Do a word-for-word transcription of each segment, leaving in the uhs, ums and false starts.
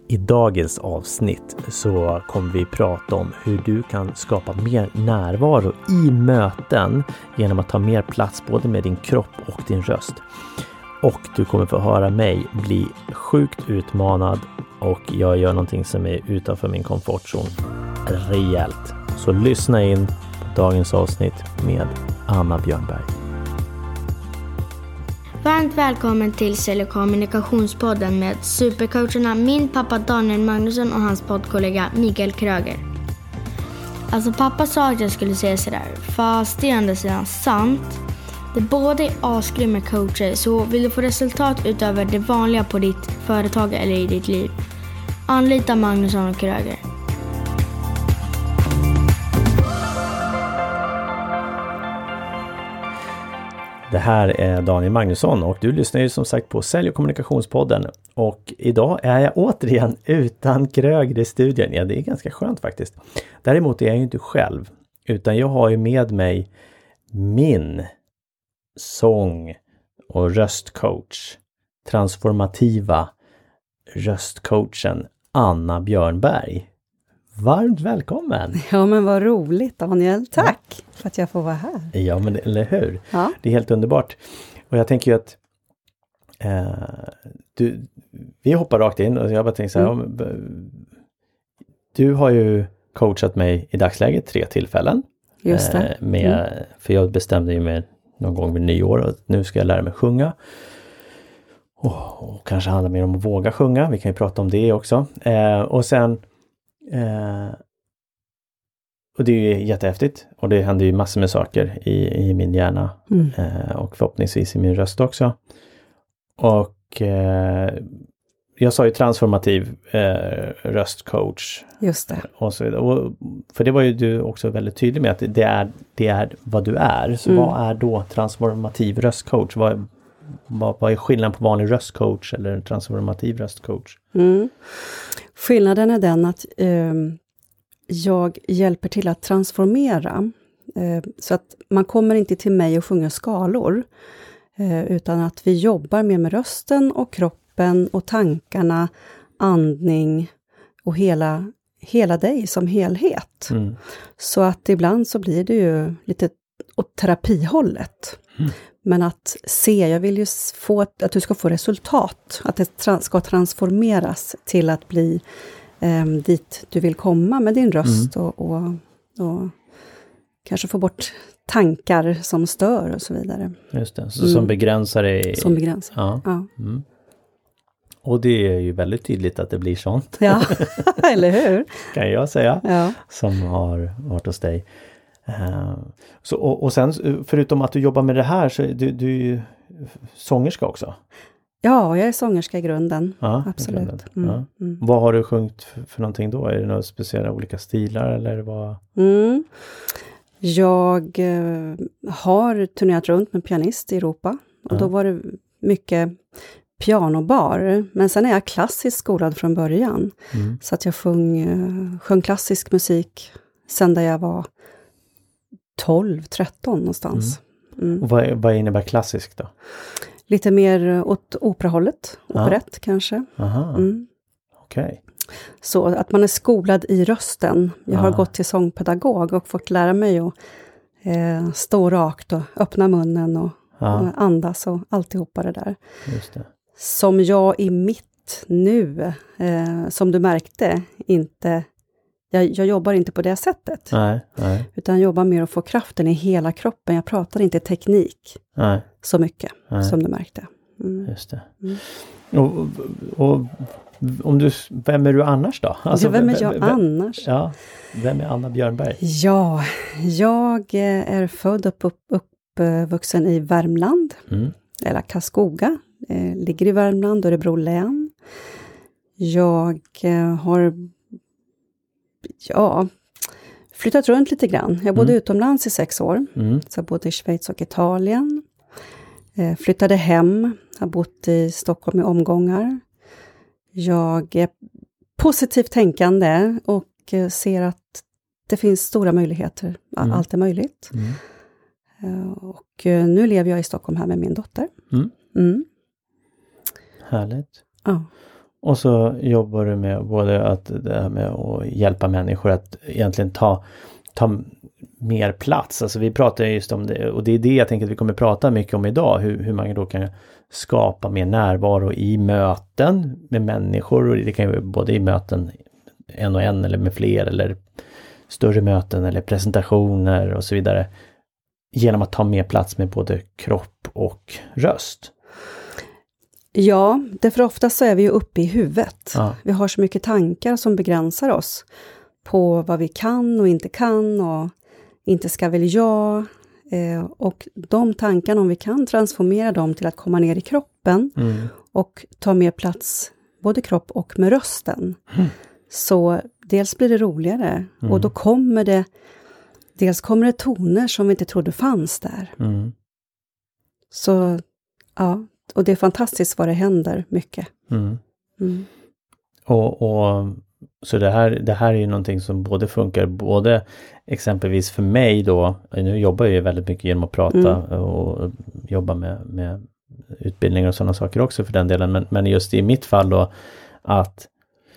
I dagens avsnitt så kommer vi prata om hur du kan skapa mer närvaro i möten genom att ta mer plats både med din kropp och din röst. Och du kommer få höra mig bli sjukt utmanad och jag gör någonting som är utanför min komfortzon rejält. Så lyssna in på dagens avsnitt med Anna Björnberg. Varmt välkommen till Sälj- och kommunikationspodden med supercoacherna min pappa Daniel Magnusson och hans poddkollega Mikael Kröger. Alltså pappa sa att jag skulle säga sådär, fast det är ändå sedan sant. Det både är asgrymma coacher, så vill du få resultat utöver det vanliga på ditt företag eller i ditt liv. Anlita Magnusson och Kröger. Det här är Daniel Magnusson och du lyssnar ju som sagt på Sälj- och kommunikationspodden. Och idag är jag återigen utan Kröger i studion. Ja, det är ganska skönt faktiskt. Däremot är jag ju inte själv, utan jag har ju med mig min sång- och röstcoach, transformativa röstcoachen Anna Björnberg. Varmt välkommen! Ja, men vad roligt Daniel. Tack ja. för att jag får vara här. Ja, men eller hur? Ja. Det är helt underbart. Och jag tänker ju att eh, du, vi hoppar rakt in och jag bara tänker så här, mm. du har ju coachat mig i dagsläget tre tillfällen. Just det. Eh, med, mm. För jag bestämde ju mig någon gång vid nyår och nu ska jag lära mig sjunga. Och, och kanske handla mer om att våga sjunga. Vi kan ju prata om det också. Eh, och sen Eh, och det är ju jättehäftigt och det händer ju massor med saker i, i min hjärna mm. eh, och förhoppningsvis i min röst också. Och eh, jag sa ju transformativ eh, röstcoach. Just det. Och så, och, för det var ju du också väldigt tydlig med att det är, det är vad du är. Så mm. vad är då transformativ röstcoach? Vad, vad, vad är skillnaden på vanlig röstcoach eller en transformativ röstcoach? Mm. Skillnaden är den att eh, jag hjälper till att transformera. Eh, så att man kommer inte till mig och sjunger skalor. Eh, utan att vi jobbar mer med rösten och kroppen och tankarna, andning och hela, hela dig som helhet. Mm. Så att ibland så blir det ju lite åt terapihållet. Mm. Men att se, jag vill ju få att du ska få resultat. Att det tra- ska transformeras till att bli eh, dit du vill komma med din röst. Mm. Och, och, och kanske få bort tankar som stör och så vidare. Just det, så mm. som begränsar dig. Som begränsar, ja. ja. Mm. Och det är ju väldigt tydligt att det blir sånt. Ja, eller hur? Kan jag säga. Ja. Som har varit hos dig. Uh, så, och, och sen förutom att du jobbar med det här så du, du är ju sångerska också. Ja, jag är sångerska i grunden. Ja, absolut. I grunden. Mm, ja. mm. Vad har du sjungit för, för någonting då? Är det några speciella olika stilar eller vad? Mm. Jag eh, har turnerat runt med pianist i Europa och ja. Då var det mycket pianobar. Men sen är jag klassiskt skolad från början. Mm. Så att jag sjöng, sjöng klassisk musik sen där jag var tolv tretton någonstans. Mm. Mm. Och vad, vad innebär klassisk då? Lite mer åt operahållet. Operett ah. kanske. Aha. Mm. Okej. Okay. Så att man är skolad i rösten. Jag ah. har gått till sångpedagog och fått lära mig att eh, stå rakt och öppna munnen och, ah. och andas och alltihopa det där. Just det. Som jag i mitt nu, eh, som du märkte, inte... Jag, jag jobbar inte på det sättet. Nej, nej. Utan jag jobbar mer att få kraften i hela kroppen. Jag pratar inte teknik nej. så mycket nej. som du märkte. Mm. Just det. Mm. Och, och om du, vem är du annars då? Alltså, ja, vem är jag vem, annars? Ja, vem är Anna Björnberg? Ja, jag är född och upp, upp, uppvuxen i Värmland. Mm. Eller Karlskoga. Eh, ligger i Värmland, Örebro län. Jag eh, har... Ja, flyttat runt lite grann. Jag bodde mm. utomlands i sex år. Mm. Så jag bodde i Schweiz och Italien. Eh, flyttade hem. Jag har bott i Stockholm i omgångar. Jag är positivt tänkande och eh, ser att det finns stora möjligheter. Mm. Allt är möjligt. Mm. Eh, och eh, nu lever jag i Stockholm här med min dotter. Mm. Mm. Härligt. Ja. Och så jobbar du med både att, det här med att hjälpa människor att egentligen ta, ta mer plats. Alltså vi pratar just om det, och det är det jag tänker att vi kommer prata mycket om idag. Hur, hur man då kan skapa mer närvaro i möten med människor. Och det kan ju både i möten en och en eller med fler eller större möten eller presentationer och så vidare. Genom att ta mer plats med både kropp och röst. Ja, därför ofta så är vi ju uppe i huvudet. Ja. Vi har så mycket tankar som begränsar oss på vad vi kan och inte kan och inte ska väl jag. Eh, och de tankarna, om vi kan transformera dem till att komma ner i kroppen Mm. och ta mer plats både kropp och med rösten. Mm. Så dels blir det roligare Mm. och då kommer det, dels kommer det toner som vi inte trodde fanns där. Mm. Så ja, och det är fantastiskt vad det händer mycket. Mm. Mm. Och, och så det här, det här är ju någonting som både funkar, både exempelvis för mig då, nu jobbar jag ju väldigt mycket genom att prata Mm. och jobba med, med utbildningar och sådana saker också för den delen, men, men just i mitt fall då att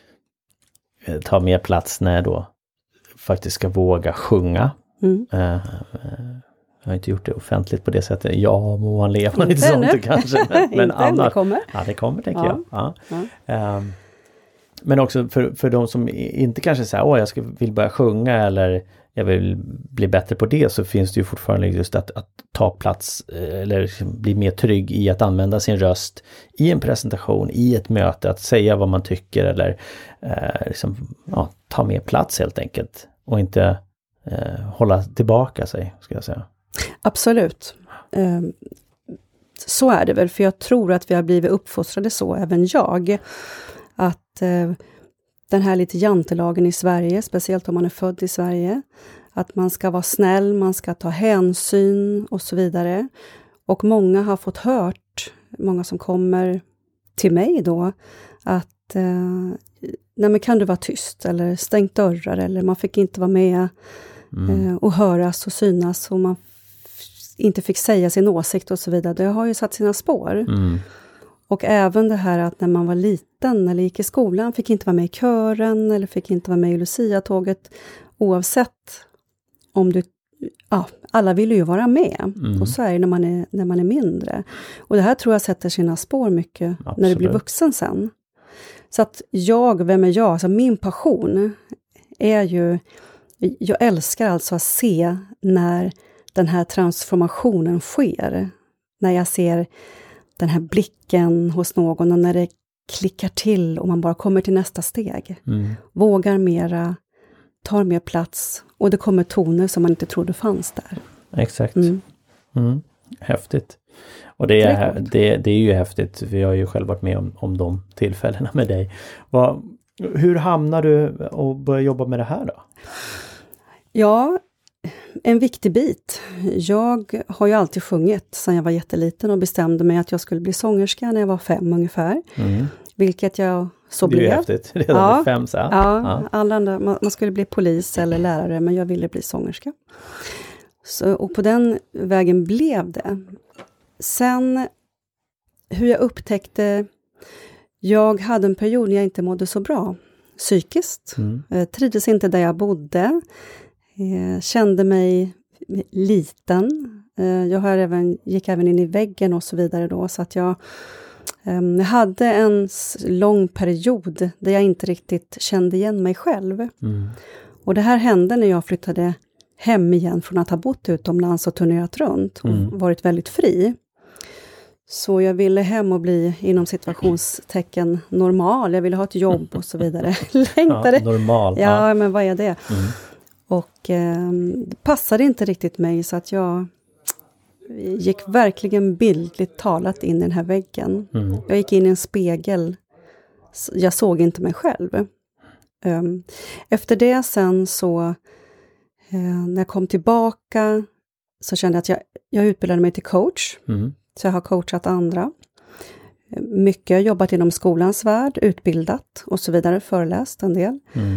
eh, ta mer plats när jag då faktiskt ska våga sjunga. Mm. Eh, eh, jag har inte gjort det offentligt på det sättet. Ja, Moan Lehmann, Inte inte sånt ännu. kanske. Men, men Inte ännu, annars, det kommer. ja, det kommer tänker Ja. jag. Ja. Ja. Um, men också för, för de som inte kanske säger åh jag ska, vill börja sjunga eller jag vill bli bättre på det, så finns det ju fortfarande just att, att ta plats eller bli mer trygg i att använda sin röst i en presentation, i ett möte, att säga vad man tycker eller eh, liksom, ja, ta mer plats helt enkelt och inte eh, hålla tillbaka sig, ska jag säga. Absolut. Um, så är det väl, för jag tror att vi har blivit uppfostrade så, även jag, att uh, den här lite jantelagen i Sverige, speciellt om man är född i Sverige, att man ska vara snäll, man ska ta hänsyn och så vidare. Och många har fått hört, många som kommer till mig då, att uh, nej men kan du vara tyst eller stängt dörrar eller man fick inte vara med Mm. uh, och höras och synas och man inte fick säga sin åsikt och så vidare. Det har ju satt sina spår. Mm. Och även det här att när man var liten eller gick i skolan fick inte vara med i kören eller fick inte vara med i Lucia-tåget. Oavsett om du, ja, alla vill ju vara med. Mm. Och så är det när man är, när man är mindre. Och det här tror jag sätter sina spår mycket Absolut. när du blir vuxen sen. Så att jag, vem är jag? Alltså min passion är ju, jag älskar alltså att se när den här transformationen sker. När jag ser den här blicken hos någon och när det klickar till och man bara kommer till nästa steg. Mm. Vågar mera, tar mer plats och det kommer toner som man inte trodde fanns där. Exakt. Mm. Mm. Häftigt. Och det är, det, det är ju häftigt. Vi har ju själv varit med om, om de tillfällena med dig. Vad, hur hamnar du och börjar jobba med det här då? Ja, en viktig bit. Jag har ju alltid sjungit sedan jag var jätteliten och bestämde mig att jag skulle bli sångerska när jag var fem ungefär. Mm. Vilket jag så det är blev. ju häftigt. Redan Ja. vid fem så. Ja, Ja. alla andra, man, man skulle bli polis eller lärare, men jag ville bli sångerska. Så, och på den vägen blev det. Sen hur jag upptäckte, jag hade en period när jag inte mådde så bra psykiskt. Mm. Jag trivdes inte där jag bodde. Jag kände mig liten. Jag har även, gick även in i väggen och så vidare då. Så att jag, jag hade en lång period där jag inte riktigt kände igen mig själv. Mm. Och det här hände när jag flyttade hem igen från att ha bott utomlands och turnerat runt. Och Mm. varit väldigt fri. Så jag ville hem och bli inom situationstecken normal. Jag ville ha ett jobb och så vidare. Längtade. Ja, normal. Ja, Ja. men vad är det? Mm. Och eh, det passade inte riktigt mig så att jag gick verkligen bildligt talat in i den här väggen. Mm. Jag gick in i en spegel. Jag såg inte mig själv. Um, efter det sen så eh, när jag kom tillbaka så kände jag att jag, jag utbildade mig till coach. Mm. Så jag har coachat andra. Mycket jobbat inom skolans värld, utbildat och så vidare, föreläst en del. Mm.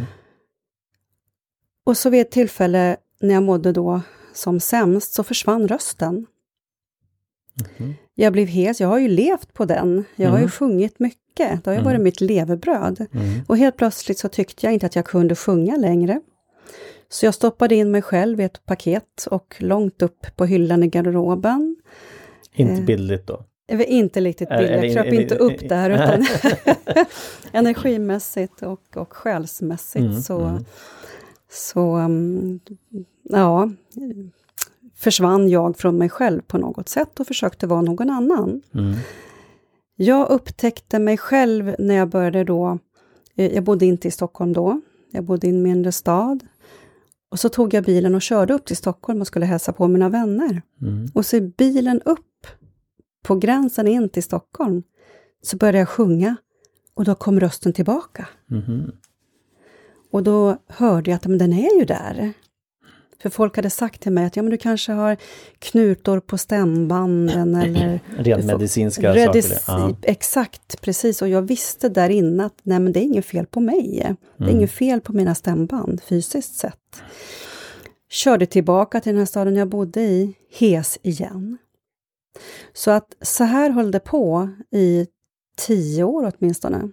Och så vid ett tillfälle när jag mådde då som sämst så försvann rösten. Mm. Jag blev hes, jag har ju levt på den. Jag har ju Mm. sjungit mycket mycket. Det har ju Mm. varit mitt levebröd. Mm. Och helt plötsligt så tyckte jag inte att jag kunde sjunga längre. Så jag stoppade in mig själv i ett paket och långt upp på hyllan i garderoben. Inte bildligt då? Jag var inte riktigt billig, jag kröp inte upp där utan energimässigt och, och själsmässigt Mm, så, mm. så um, ja, försvann jag från mig själv på något sätt och försökte vara någon annan. Mm. Jag upptäckte mig själv när jag började då, jag bodde inte i Stockholm då, jag bodde i en mindre stad. Och så tog jag bilen och körde upp till Stockholm och skulle hälsa på mina vänner. Mm. Och så bilen upp på gränsen in till Stockholm så började jag sjunga och då kom rösten tillbaka. Mm. Och då hörde jag att men den är ju där. För folk hade sagt till mig att ja, men du kanske har knutor på stämbanden eller... Rent medicinska redis, saker. Ja. Exakt, precis. Och jag visste där inne att nej, men det är inget fel på mig. Det är Mm. inget fel på mina stämband fysiskt sett. Körde tillbaka till den här staden jag bodde i, hes igen. Så att så här höll det på i tio år åtminstone.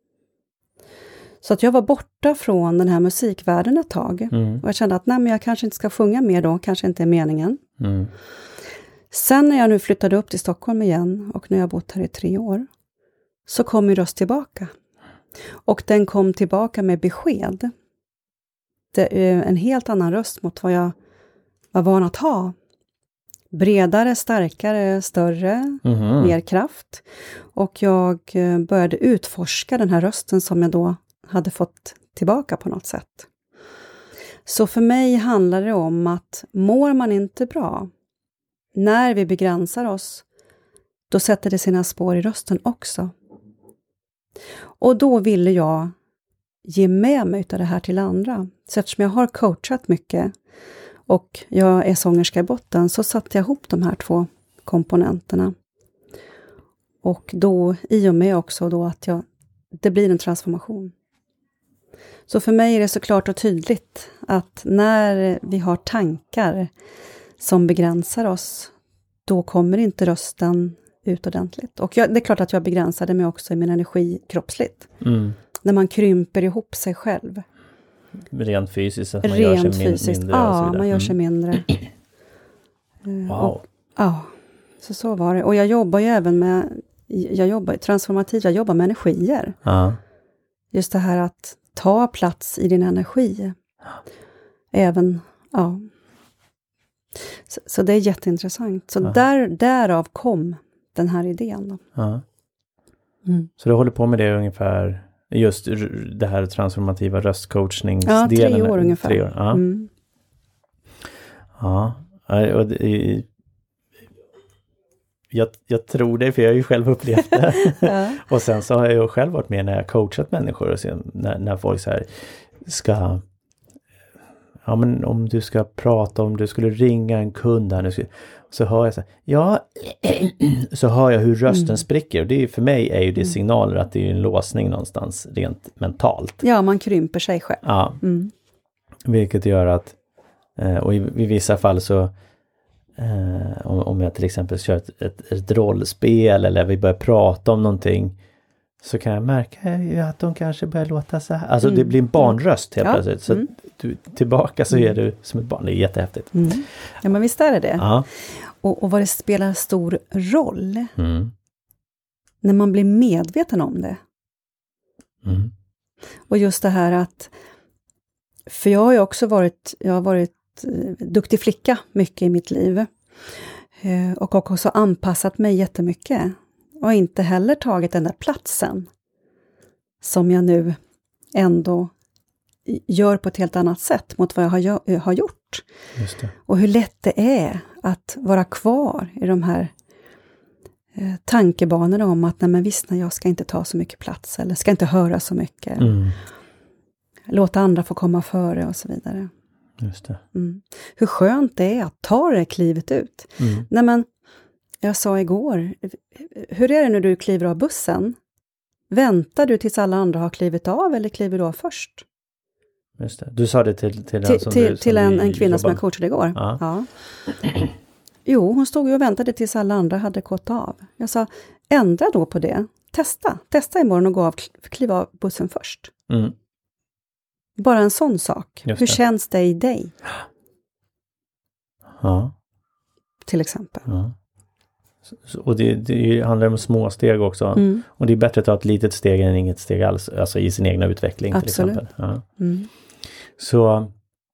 Så att jag var borta från den här musikvärlden ett tag. Mm. Och jag kände att nej, men jag kanske inte ska sjunga mer då, kanske inte är meningen. Mm. Sen när jag nu flyttade upp till Stockholm igen och nu har jag bott här i tre år så kom min röst tillbaka. Och den kom tillbaka med besked. Det är en helt annan röst mot vad jag var van att ha. Bredare, starkare, större, Mhm. mer kraft. Och jag eh, började utforska den här rösten som jag då hade fått tillbaka på något sätt. Så för mig handlar det om att mår man inte bra, när vi begränsar oss, då sätter det sina spår i rösten också. Och då ville jag ge med mig av det här till andra. Så eftersom jag har coachat mycket och jag är sångerska i botten så satte jag ihop de här två komponenterna. Och då i och med också då att jag, det blir en transformation. Så för mig är det så klart och tydligt att när vi har tankar som begränsar oss, då kommer inte rösten ut ordentligt. Och jag, det är klart att jag begränsade mig också i min energi kroppsligt. Mm. När man krymper ihop sig själv. Rent fysiskt, att man Rent gör sig min, fysiskt, mindre. och så ja, vidare. man gör sig Mm. mindre. Eh, Wow. Och, ja, så så var det. Och jag jobbar ju även med, jag jobbar transformativt, jag jobbar med energier. Ja. Just det här att ta plats i din energi. Även, ja. Så, så det är jätteintressant. Så Ja. där, därav kom den här idén då. Ja. Mm. Så du håller på med det ungefär, just r- det här transformativa röstcoachningsdelen? Ja, tre år ungefär. Tre år. Ja. Mm. Ja. Ja, och det, jag, jag tror det, för jag har ju själv upplevt det. Ja. Och sen så har jag ju själv varit med när jag coachat människor och sen, när, när folk så här ska, ja men om du ska prata, om du skulle ringa en kund här nu, så hör jag så här, ja, så hör jag hur rösten Mm. spricker, och det är, för mig är ju det Mm. signaler att det är en låsning någonstans rent mentalt. Ja, man krymper sig själv. Ja, Mm. vilket gör att, eh, och i, i vissa fall så eh, om, om jag till exempel kör ett, ett, ett rollspel eller vi börjar prata om någonting, så kan jag märka ju att de kanske börjar låta så här. Alltså Mm. det blir en barnröst helt Ja. plötsligt. Så Mm. du, tillbaka så är du som ett barn. Det är jättehäftigt. Mm. Ja, men visst är det det. Ja. Och, och vad det spelar stor roll Mm. när man blir medveten om det. Mm. Och just det här att, för jag har ju också varit, jag har varit eh, duktig flicka mycket i mitt liv. Eh, och också anpassat mig jättemycket. Och inte heller tagit den där platsen som jag nu ändå gör på ett helt annat sätt mot vad jag har, gö- har gjort. Just det. Och hur lätt det är att vara kvar i de här eh, tankebanorna om att nej men visst, nej, jag ska inte ta så mycket plats eller ska inte höra så mycket. Mm. Låta andra få komma före och så vidare. Just det. Mm. Hur skönt det är att ta det klivet ut. Mm. Nej men, jag sa igår, hur är det när du kliver av bussen? Väntar du tills alla andra har klivit av eller kliver du av först? Just det. Du sa det till, till, Till, en, som till, du, som till en, vi en kvinna som jobbar- jag coachade igår. Ja. Ja. Jo, hon stod ju och väntade tills alla andra hade gått av. Jag sa, ändra då på det. testa. Testa imorgon och gå av, kliva av bussen först. Mm. Bara en sån sak. Just Hur det. känns det i dig? Ja. Till exempel. Ja. Så, och det, det handlar om små steg också. Mm. Och det är bättre att ta ett litet steg än inget steg alls. Alltså i sin egna utveckling. Absolut. Till exempel. Ja. Mm. Så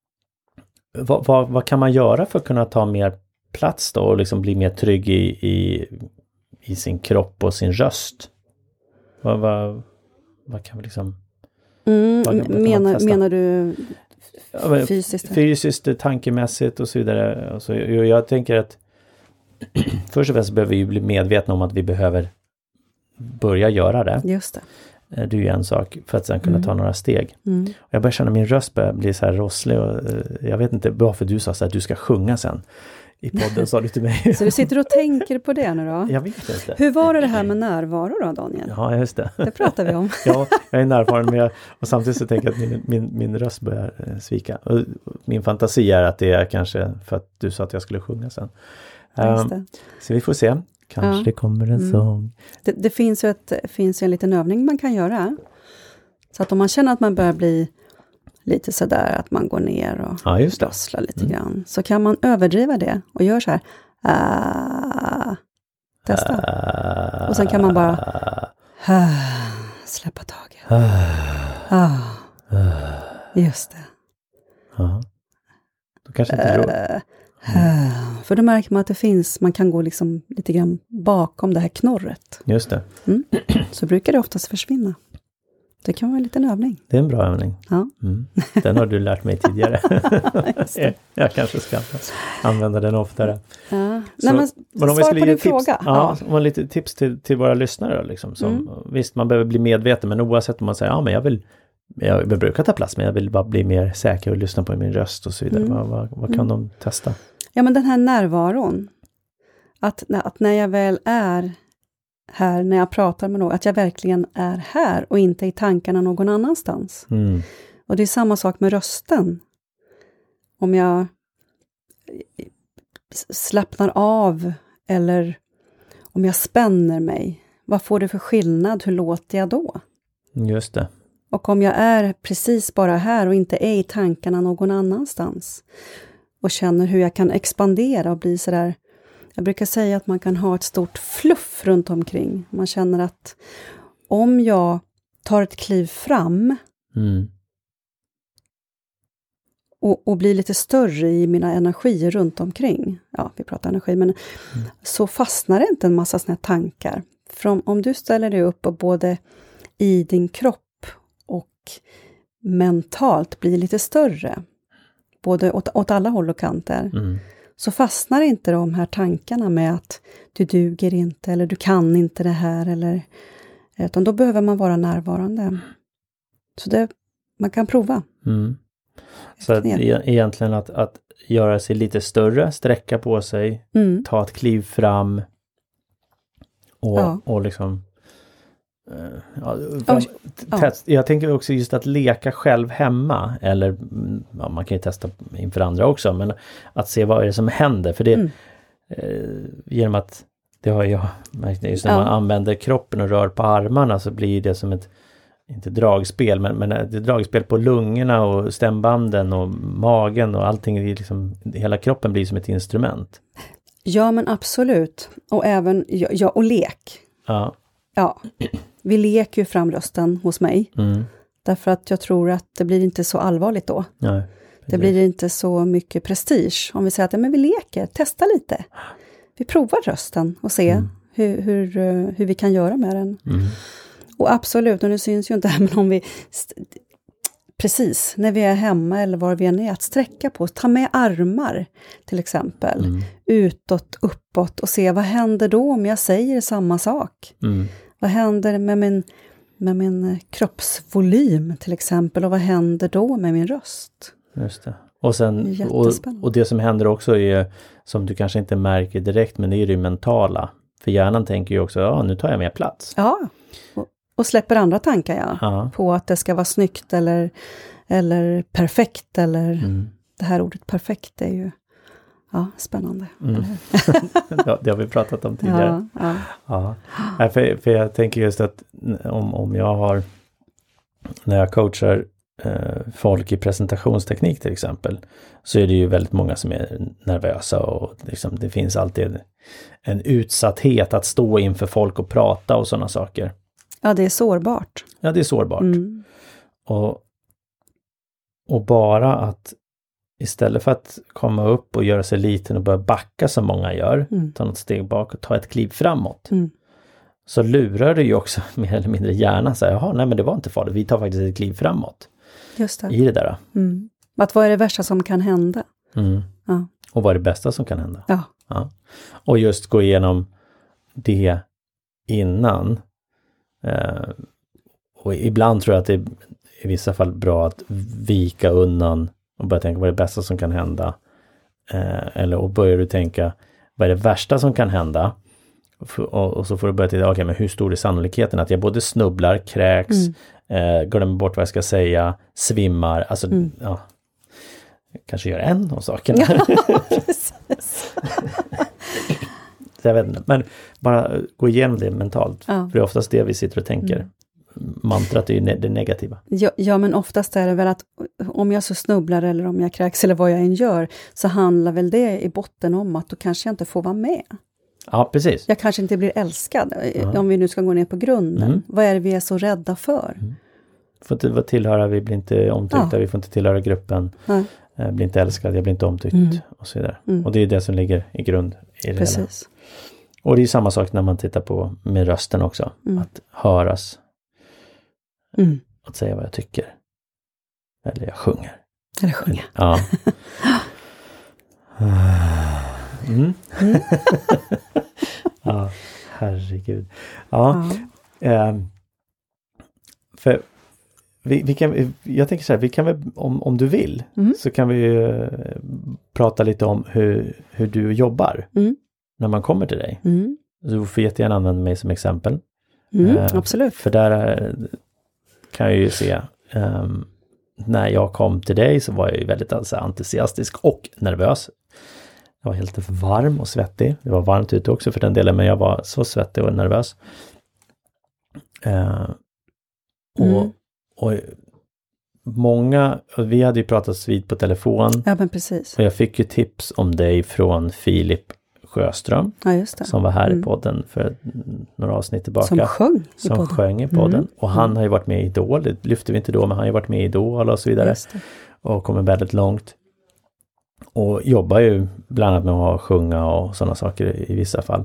vad, vad, vad kan man göra för att kunna ta mer plats då? Och liksom bli mer trygg i, i, i sin kropp och sin röst? Vad, vad, vad kan vi liksom... Mm. vad, vad kan man Menar, testa? menar du Ja, men fysiskt? Fysiskt, tankemässigt och så vidare. Alltså, jag, jag tänker att först och främst behöver vi bli medvetna om att vi behöver börja göra det. Just det. Det är ju en sak för att sen kunna Mm. ta några steg. Mm. Och jag börjar känna min röst börjar bli så här rosslig och jag vet inte, bara för du sa så här, du ska sjunga sen. I podden sa du till mig. Så du sitter och tänker på det nu då? Jag vet inte. Hur var det det här med närvaro då, Daniel? Ja, just det. Det pratar vi om. Ja, jag är närvaren med jag, och samtidigt så tänker jag att min, min, min röst börjar eh, svika. Och min fantasi är att det är kanske för att du sa att jag skulle sjunga sen. Just Um, det. så vi får se. Kanske Ja. det kommer en Mm. sång. Det, det finns ju ett, finns ju en liten övning man kan göra. Så att om man känner att man börjar bli lite sådär, att man går ner och Ja, just det. rosslar lite Mm. grann. Så kan man överdriva det och gör så här. Ah, testa. Uh, Och sen kan man bara ah, släppa taget. Ah, just det. Ja. Då kanske inte uh, Uh, uh, för då märker man att det finns, man kan gå liksom lite grann bakom det här knorret. Just det. Mm. Så brukar det oftast försvinna. Det kan vara en liten övning. Det är en bra övning. Ja. Mm. Den har du lärt mig tidigare. jag, jag kanske ska använda den oftare. Ja. Så, Nej, men, men om vi svar skulle på ge din tips, fråga. ja, Ja. om man lite tips till, till våra lyssnare då, liksom, som, Mm. visst, man behöver bli medveten, men oavsett om man säger, ja men jag vill jag brukar ta plats, men jag vill bara bli mer säker och lyssna på min röst och så vidare. Mm. Vad, vad, vad kan Mm. de testa? Ja, men den här närvaron. Att, att när jag väl är här, när jag pratar med någon, att jag verkligen är här och inte i tankarna någon annanstans. Mm. Och det är samma sak med rösten. Om jag slappnar av eller om jag spänner mig, vad får det för skillnad? Hur låter jag då? Just det. Och om jag är precis bara här och inte är i tankarna någon annanstans och känner hur jag kan expandera och bli sådär. Jag brukar säga att man kan ha ett stort fluff runt omkring. Man känner att om jag tar ett kliv fram Mm. och, och blir lite större i mina energier runt omkring. Ja, vi pratar energi, men Mm. så fastnar det inte en massa såna här tankar. För om, om du ställer dig upp och både i din kropp och mentalt blir lite större, både åt, åt alla håll och kanter, Mm. så fastnar inte de här tankarna med att du duger inte eller du kan inte det här, eller, utan då behöver man vara närvarande. Så det, man kan prova. Mm. Så att, e- egentligen att, att göra sig lite större, sträcka på sig, Mm. ta ett kliv fram och, Ja. och liksom eh, ja, Ja. test, jag tänker också just att leka själv hemma, eller mm, ja, man kan ju testa inför andra också, men att se vad är det som händer, för det Mm. eh, genom att det har jag märkt, just när Ja. man använder kroppen och rör på armarna så blir det som ett, inte dragspel, men, men det är dragspel på lungorna och stämbanden och magen och allting, är liksom, hela kroppen blir som ett instrument. Ja, men absolut. Och även, ja, ja och lek. Ja. Ja, vi leker ju fram rösten hos mig. Mm. Därför att jag tror att det blir inte så allvarligt då. Nej, det blir inte så mycket prestige. Om vi säger att ja, men vi leker, testa lite. Vi provar rösten och se Mm. hur, hur, hur vi kan göra med den. Mm. Och absolut, och nu syns ju inte här, men om vi st- precis, när vi är hemma eller var vi än är, att sträcka på oss, ta med armar till exempel, Mm. utåt, uppåt och se vad händer då om jag säger samma sak. Mm. Vad händer med min, med min kroppsvolym till exempel, och vad händer då med min röst? Just det. Och sen, och, Jättespännande. och det som händer också är, som du kanske inte märker direkt, men det är det mentala. För hjärnan tänker ju också, ja nu tar jag mer plats. Ja, och, och släpper andra tankar ja, Ja. på att det ska vara snyggt eller, eller perfekt eller Mm. det här ordet perfekt är ju Ja, spännande. Mm. Ja, det har vi pratat om tidigare. Ja, ja. Ja. För, för jag tänker just att om, om jag har, när jag coachar eh, folk i presentationsteknik till exempel, så är det ju väldigt många som är nervösa och liksom, det finns alltid en utsatthet att stå inför folk och prata och sådana saker. Ja, det är sårbart. Ja, det är sårbart. Mm. Och, och bara att istället för att komma upp och göra sig liten och börja backa som många gör, Mm. ta något steg bak och ta ett kliv framåt. Mm. Så lurar du ju också mer eller mindre hjärnan. Så här, jaha, nej men det var inte farligt. Vi tar faktiskt ett kliv framåt. Just det. I det där. Mm. Att vad är det värsta som kan hända? Mm. Ja. Och vad är det bästa som kan hända? Ja. Ja. Och just gå igenom det innan. Eh, och ibland tror jag att det är i vissa fall bra att vika undan och börja tänka vad är det bästa som kan hända. Eh, eller och börjar du tänka vad är det värsta som kan hända? Och, och så får du börja titta, okej, okay, men hur stor är sannolikheten att jag både snubblar, kräks, mm. eh, glömmer bort vad jag ska säga, svimmar, alltså mm. ja, kanske gör en av sakerna. Ja, precis. Jag vet inte, men bara gå igenom det mentalt. Ja. För det är oftast det vi sitter och tänker. Mm. Mantrat är ju ne- det negativa. Ja, ja, men oftast är det väl att om jag så snubblar eller om jag kräks eller vad jag än gör, så handlar väl det i botten om att då kanske jag inte får vara med. Ja, precis. Jag kanske inte blir älskad, ja. Om vi nu ska gå ner på grunden. Mm. Vad är det vi är så rädda för? Mm. Får inte vara tillhöra, vi blir inte omtyckta, ja. Vi får inte tillhöra gruppen. Nej. Jag blir inte älskad, jag blir inte omtyckt mm. och så vidare. Mm. Och det är det som ligger i grund i det Precis. Hela. Och det är samma sak när man tittar på med rösten också. Mm. Att höras. Mm. Att säga vad jag tycker. Eller jag sjunger. Eller sjunger. Ja. Mm. Mm. Ja, herregud. Ja. ja. Um, för vi, vi kan, jag tänker så här, vi kan väl, om, om du vill, mm. så kan vi uh, prata lite om hur, hur du jobbar mm. när man kommer till dig. Mm. Du får jättegärna använda mig som exempel. Mm, uh, absolut. För där uh, kan jag ju se, um, när jag kom till dig så var jag ju väldigt alltså, entusiastisk och nervös. Jag var helt varm och svettig. Det var varmt ute också för den delen, men jag var så svettig och nervös. Uh, och, mm. och många, och vi hade ju pratat vid på telefon. Ja, men precis. Och jag fick ju tips om dig från Filip Sjöström. Ja, just det. Som var här mm. i podden för några avsnitt tillbaka. Som sjöng i som podden. sjöng i podden. Mm. Och han har ju varit med i Idol. Det lyfte vi inte då, men han har ju varit med i Idol och så vidare. Och kommit väldigt långt. Och jobbar ju bland annat med att sjunga och sådana saker i vissa fall.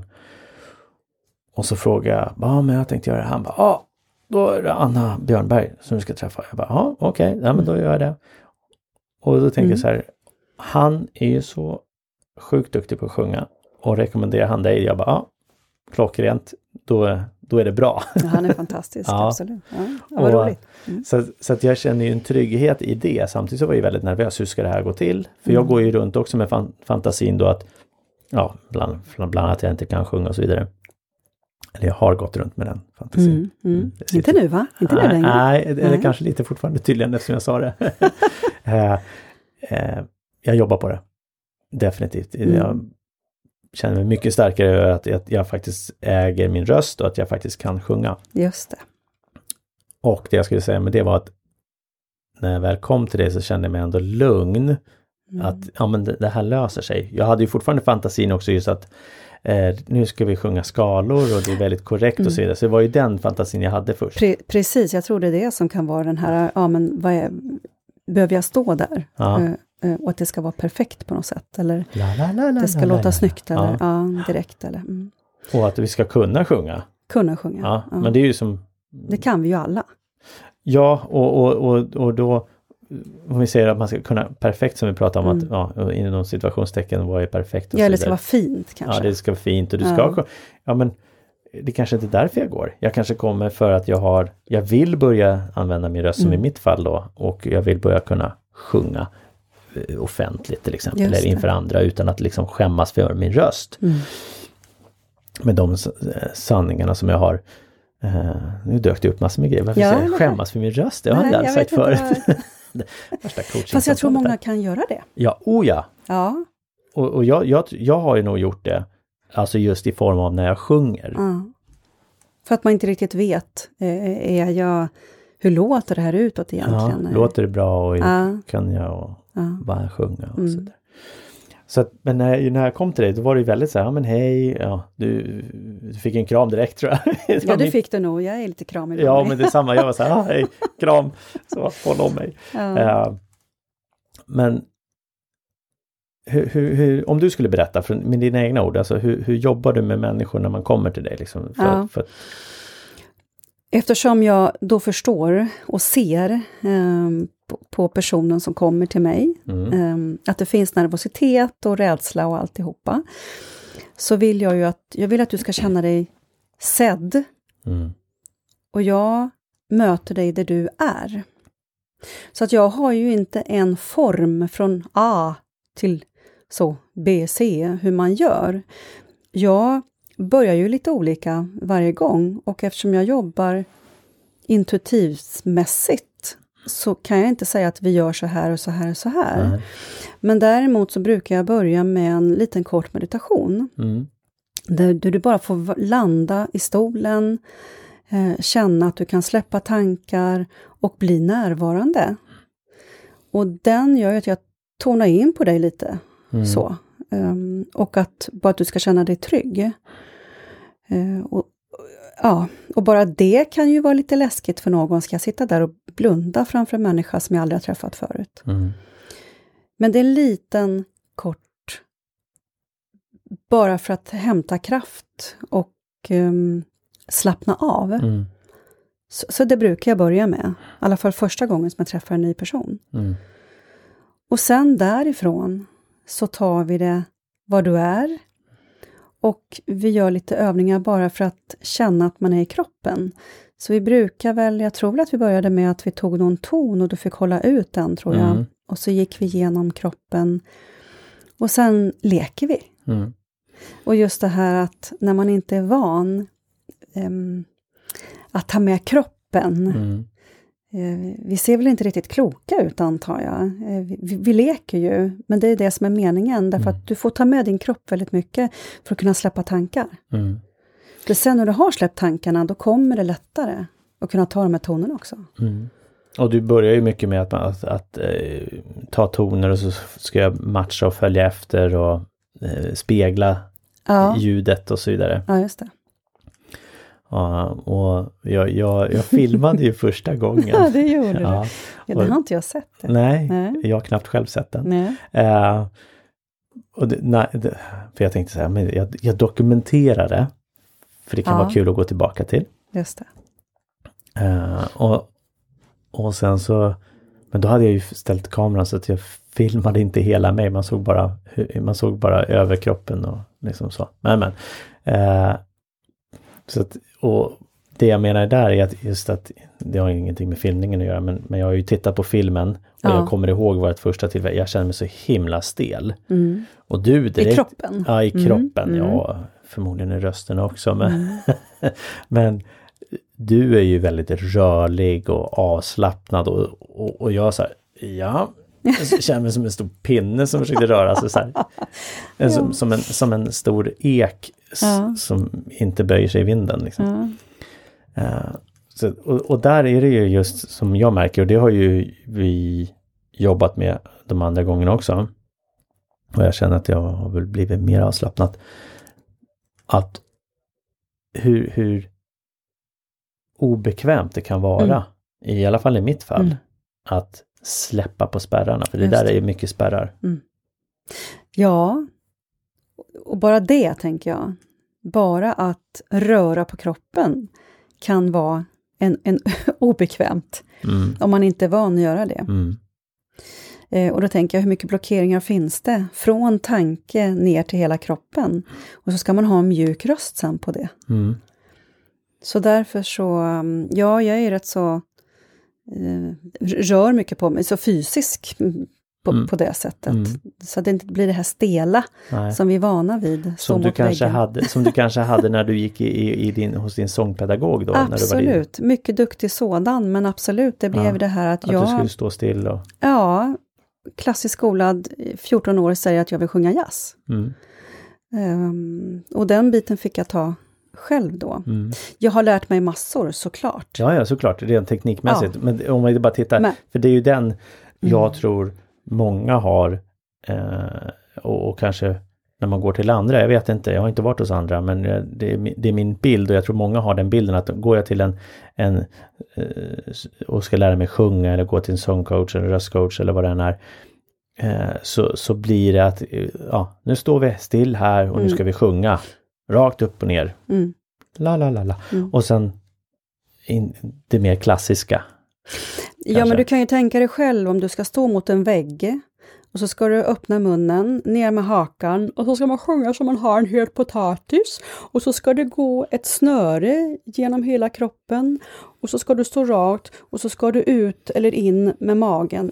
Och så frågar jag, ja men jag tänkte göra det. Han bara, ja då är det Anna Björnberg som du ska träffa. Jag bara, ja okej, okay, ja men då gör jag det. Och då tänker mm. jag så här, han är ju så sjukt duktig på att sjunga. Och rekommenderar han dig, jag bara, ja klockrent, då, då är det bra. Ja, han är fantastisk, ja. Absolut. Ja, ja, vad och, roligt. Mm. Så, så att jag känner ju en trygghet i det. Samtidigt så var jag väldigt nervös, hur ska det här gå till? För jag mm. går ju runt också med fan, fantasin då att, ja, bland, bland annat jag inte kan sjunga och så vidare. Eller jag har gått runt med den fantasin. Mm. Mm. Inte nu va? Inte nej, nu längre? Nej, eller nej. Kanske lite fortfarande tydligen eftersom jag sa det. eh, eh, jag jobbar på det. Definitivt. Mm. Jag känner mig mycket starkare över att jag, jag faktiskt äger min röst och att jag faktiskt kan sjunga. Just det. Och det jag skulle säga med det var att när jag väl kom till det så kände jag mig ändå lugn. Mm. Att ja, men det, det här löser sig. Jag hade ju fortfarande fantasin också just att eh, nu ska vi sjunga skalor och det är väldigt korrekt mm. och så vidare. Så det var ju den fantasin jag hade först. Pre- precis, jag tror det är det som kan vara den här, ja men vad är, behöver jag stå där? Ja. Uh, och att det ska vara perfekt på något sätt. Eller la, la, la, la, det ska la, låta la, la. snyggt eller Ja. Ja, direkt. Eller, mm. Och att vi ska kunna sjunga. Kunna sjunga. Ja, ja. Men det är ju som... Det kan vi ju alla. Ja, och, och, och, och då om vi säger att man ska kunna perfekt som vi pratar om mm. att ja, inom situationstecken vad är perfekt och ja, så eller ska vara fint kanske. Ja, det ska vara fint och du ska ja. ja men det kanske inte är därför jag går. Jag kanske kommer för att jag har jag vill börja använda min röst mm. som i mitt fall då och jag vill börja kunna sjunga offentligt till exempel eller inför andra utan att liksom skämmas för min röst. Mm. Med de sanningarna som jag har. Uh, nu dök det upp massor med grejer. Varför ja, jag skämmas för min röst? Det har jag aldrig sagt förut. Fast jag tror många kan göra det. Ja, oh ja. Ja. och, och jag, jag, jag har ju nog gjort det. Alltså just i form av när jag sjunger. Ja. För att man inte riktigt vet. Är jag, hur låter det här utåt egentligen? Ja, låter det bra och ja. kan jag och ja. bara sjunga och mm. sådär. Så att, men när, när jag kom till dig, då var det ju väldigt så här, ja men hej, ja, du, du fick en kram direkt tror jag. Ja, det min... fick du nog, jag är lite kramig. Ja, men det är samma, jag var så här, ja, hej, kram, så håll om mig. Ja. Uh, men hur, hur, hur, om du skulle berätta för, med dina egna ord, alltså hur, hur jobbar du med människor när man kommer till dig? Liksom, för, ja. för... Eftersom jag då förstår och ser eh, på, på personen som kommer till mig, mm. eh, att det finns nervositet och rädsla och alltihopa, så vill jag ju att, jag vill att du ska känna dig sedd. Mm. Och jag möter dig där du är. Så att jag har ju inte en form från A till så B, C, hur man gör. Jag börjar ju lite olika varje gång, och eftersom jag jobbar intuitivmässigt så kan jag inte säga att vi gör så här och så här och så här. Mm. Men däremot så brukar jag börja med en liten kort meditation. Mm. Där, där du bara får landa i stolen, eh, känna att du kan släppa tankar och bli närvarande. Och den gör ju att jag tonar in på dig lite. Mm. Så. Um, och att bara att du ska känna dig trygg. Uh, och, ja, och bara det kan ju vara lite läskigt för någon. Ska jag sitta där och blunda framför en människa som jag aldrig har träffat förut. Mm. Men det är en liten kort, bara för att hämta kraft och um, slappna av. Mm. Så, så det brukar jag börja med. I alla fall första gången som jag träffar en ny person. Mm. Och sen därifrån så tar vi det var du är. Och vi gör lite övningar bara för att känna att man är i kroppen. Så vi brukar väl, jag tror väl att vi började med att vi tog någon ton och du fick hålla ut den, tror jag. Mm. Och så gick vi igenom kroppen. Och sen leker vi. Mm. Och just det här att när man inte är van um, att ta med kroppen. Mm. Uh, vi ser väl inte riktigt kloka ut, antar jag. Uh, vi, vi leker ju, men det är det som är meningen. Därför Mm. att du får ta med din kropp väldigt mycket för att kunna släppa tankar. Mm. För sen när du har släppt tankarna, då kommer det lättare att kunna ta de här tonerna också. Mm. Och du börjar ju mycket med att, att, att eh, ta toner och så ska jag matcha och följa efter och eh, spegla Ja. ljudet och så vidare. Ja, just det. Ja, och jag, jag, jag filmade ju första gången. Ja, det gjorde ja, du. Ja, det har inte jag sett. Det. Nej, Nej, jag har knappt själv sett den. Nej. Eh, och det, nej, det, för jag tänkte så här, men jag, jag dokumenterar det. För det kan Ja. vara kul att gå tillbaka till. Just det. Eh, och, och sen så, men då hade jag ju ställt kameran så att jag filmade inte hela mig. Man såg bara, man såg bara överkroppen och liksom så. Men, men. Eh, så att, och det jag menar där är att just att det har ingenting med filmningen att göra, men, men jag har ju tittat på filmen och Ja. jag kommer ihåg vårt första tillfälle. Jag känner mig så himla stel. Mm. Och du direkt, I kroppen? Ja, i Mm. kroppen. Mm. Ja, förmodligen i rösten också. Men, Mm. men du är ju väldigt rörlig och avslappnad och, och, och jag så här, ja, jag känner mig som en stor pinne som försökte röra sig så här. Ja. Som, som, en, som en stor ek s- Ja. som inte böjer sig i vinden liksom. Ja. Uh, så, och, och där är det ju just som jag märker, och det har ju vi jobbat med de andra gångerna också. Och jag känner att jag har väl blivit mer avslappnat. Att hur, hur obekvämt det kan vara, Mm. i alla fall i mitt fall, Mm. att släppa på spärrarna. För det Just där det. är mycket spärrar. Ja, och bara det tänker jag. Bara att röra på kroppen kan vara en, en obekvämt. Mm. Om man inte är van att göra det. Mm. Eh, och då tänker jag, hur mycket blockeringar finns det? Från tanke ner till hela kroppen. Och så ska man ha en mjuk röst sen på det. Mm. Så därför så, um, ja, jag är rätt så, eh, rör mycket på mig, så fysisk på, Mm. på det sättet. Mm. Så att det inte blir det här stela Nej. som vi är vana vid. Som du, kanske hade, som du kanske hade när du gick i, i, i din, hos din sångpedagog då? Absolut, när du var din, mycket duktig sådan, men absolut, det blev Ja, det här att, att jag... du skulle stå still och... Ja, klassiskt skolad, fjorton år, säger att jag vill sjunga jazz. Mm. Um, och den biten fick jag ta själv då. Mm. Jag har lärt mig massor, såklart. Ja, ja, såklart. Rent teknikmässigt. Ja. Men om man bara tittar, Men, för det är ju den jag mm. tror många har eh, och, och kanske när man går till andra, jag vet inte, jag har inte varit hos andra, men det är, det är min bild och jag tror många har den bilden att går jag till en, en eh, och ska lära mig sjunga eller gå till en sångcoach eller röstcoach eller vad det än är, eh, så, så blir det att ja, nu står vi still här och mm. nu ska vi sjunga rakt upp och ner. Mm. La la la la. Mm. Och sen in, det mer klassiska. Ja, kanske. Men du kan ju tänka dig själv om du ska stå mot en vägg och så ska du öppna munnen, ner med hakan och så ska man sjunga som man har en het potatis och så ska det gå ett snöre genom hela kroppen och så ska du stå rakt och så ska du ut eller in med magen.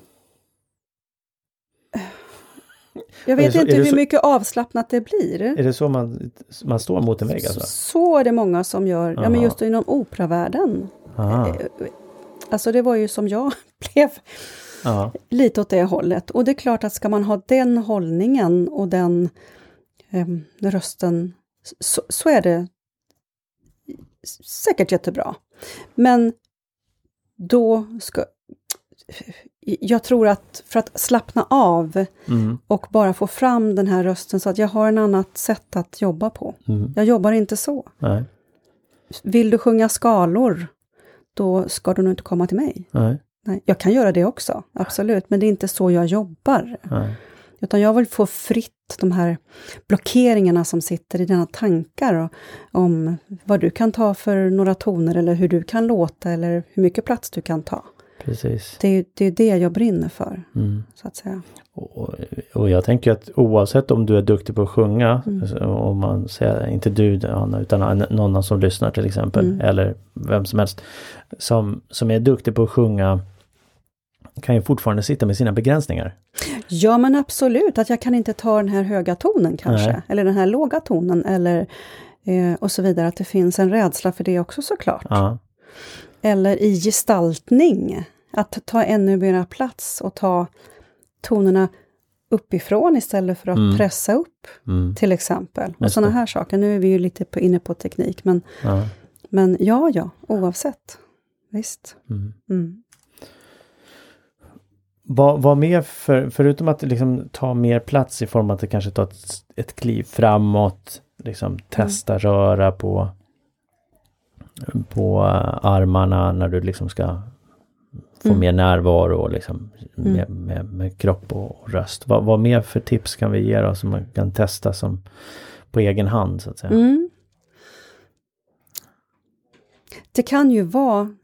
Jag vet så, inte hur så, mycket avslappnat det blir. Är det så man, man står mot en vägg? Alltså? Så, så är det många som gör, ja, men just inom operavärlden. Aha. Alltså det var ju som jag blev Aha. lite åt det hållet. Och det är klart att ska man ha den hållningen och den eh, rösten så, så är det säkert jättebra. Men då ska... Jag tror att för att slappna av mm. och bara få fram den här rösten så att jag har en annat sätt att jobba på. Mm. Jag jobbar inte så. Nej. Vill du sjunga skalor, då ska du nog inte komma till mig. Nej. Nej. Jag kan göra det också, absolut. Men det är inte så jag jobbar. Nej. Utan jag vill få fritt de här blockeringarna som sitter i dina tankar. Och, om vad du kan ta för några toner eller hur du kan låta eller hur mycket plats du kan ta. Precis. Det är, det är det jag brinner för, mm. så att säga. Och, och jag tänker att oavsett om du är duktig på att sjunga, mm. om man säger, inte du Anna, utan någon som lyssnar till exempel, mm. eller vem som helst, som, som är duktig på att sjunga, kan ju fortfarande sitta med sina begränsningar. Ja, men absolut. Att jag kan inte ta den här höga tonen kanske, Nej. eller den här låga tonen, eller eh, och så vidare. Att det finns en rädsla för det också såklart. Ja. Eller i gestaltning. Att ta ännu mer plats och ta tonerna uppifrån istället för att mm. pressa upp, mm. till exempel. Och sådana här saker. Nu är vi ju lite på, inne på teknik. Men ja, men ja, ja oavsett. Visst. Mm. Mm. Vad, vad mer, för, förutom att liksom ta mer plats i form av att det kanske tar ett, ett kliv framåt. Liksom testa mm. röra på, på armarna när du liksom ska få mm. mer närvaro och liksom mm. med, med, med kropp och, och röst. Vad, vad mer för tips kan vi ge då som man kan testa som på egen hand så att säga? Mm. Det kan ju vara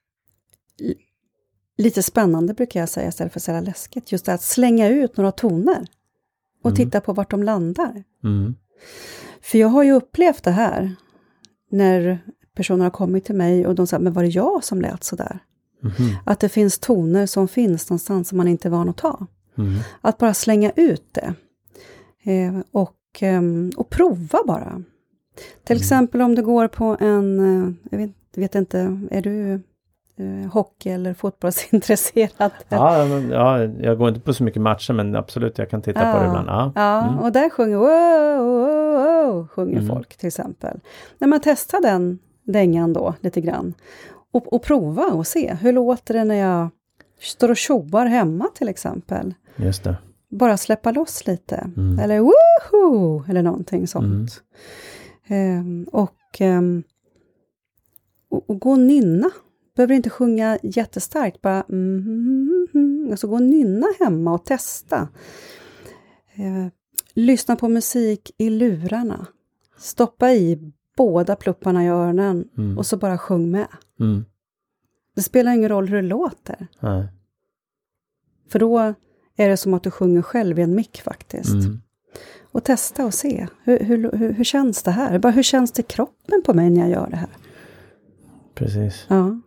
lite spännande brukar jag säga istället för att säga läskigt. Just det att slänga ut några toner och mm. titta på vart de landar. Mm. För jag har ju upplevt det här när personer har kommit till mig och de säger, men var det jag som lät så där? Mm. Att det finns toner som finns någonstans som man inte är van att ta. Mm. Att bara slänga ut det. Eh, och, eh, och prova bara. Till mm. exempel om du går på en, eh, jag vet, vet inte, är du eh, hockey- eller fotbollsintresserad? Ja, men, ja, jag går inte på så mycket matcher men absolut, jag kan titta ja, på det ibland. Ja, ja mm. och där sjunger wow, wow, wow, sjunger mm. folk till exempel. När man testar den dängan då lite grann. Och, och prova och se. Hur låter det när jag står och tjoar hemma till exempel? Just det. Bara släppa loss lite. Mm. Eller woohoo! Eller någonting sånt. Mm. Um, och, um, och, och gå och nynna. Behöver inte sjunga jättestarkt. Bara mm, mm, mm. Alltså gå och nynna hemma och testa. Uh, lyssna på musik i lurarna. Stoppa i båda plupparna i öronen mm. och så bara sjung med. Mm. Det spelar ingen roll hur det låter. Nej. För då är det som att du sjunger själv i en mick faktiskt. Mm. Och testa och se. Hur, hur, hur, hur känns det här? Bara hur känns det i kroppen på mig när jag gör det här? Precis. Ja.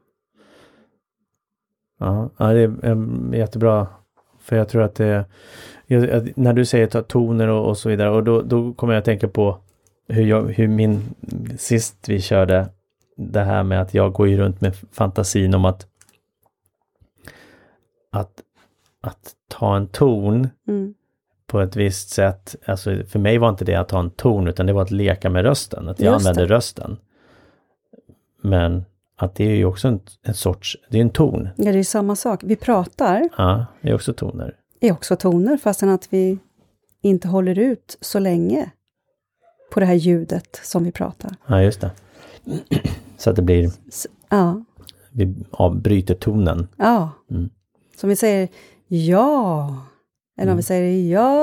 Ja, ja det är jättebra. För jag tror att det jag, när du säger ta toner och, och så vidare. Och då, då kommer jag att tänka på hur, jag, hur min, sist vi körde det här med att jag går ju runt med fantasin om att att, att ha en ton Mm. på ett visst sätt. Alltså för mig var inte det att ha en ton, utan det var att leka med rösten. Att jag Just använde det. rösten. Men att det är ju också en, en sorts, det är en ton. Ja, det är samma sak. Vi pratar Ja, det är också toner. är också toner, fastän att vi inte håller ut så länge på det här ljudet som vi pratar. Ja, just det. Så att det blir, S- Ja, vi avbryter tonen. ja. Mm. Som vi säger ja. Eller om Mm. vi säger ja.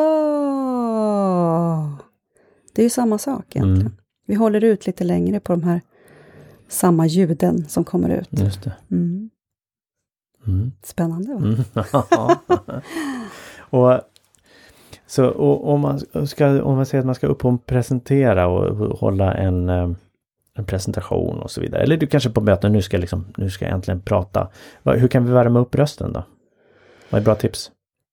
Det är ju samma sak egentligen. Mm. Vi håller ut lite längre på de här samma ljuden som kommer ut. Just det. Mm. Mm. Spännande, va? Mm. och så och, om man ska, om man säger att man ska upp och presentera och hålla en, eh, en presentation och så vidare. Eller du kanske på möten, nu ska jag liksom, nu ska jag äntligen prata. Va- Hur kan vi värma upp rösten då? Vad är bra tips?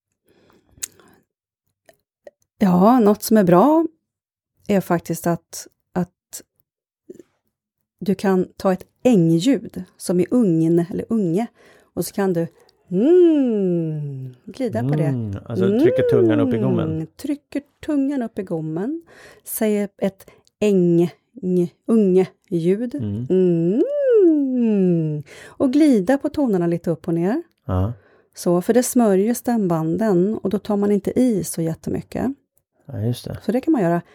Ja, något som är bra är faktiskt att, att du kan ta ett ängljud som i ugn eller unge, och så kan du mm, glida på det. Mm, alltså trycker tungan upp i gommen. Mm, trycker tungan upp i gommen. Säger ett äng, unge ljud. Mm. Mm. Och glida på tonerna lite upp och ner. Ja, Så, för det smörjer stämbanden och då tar man inte i så jättemycket. ja, just det. Så det kan man göra.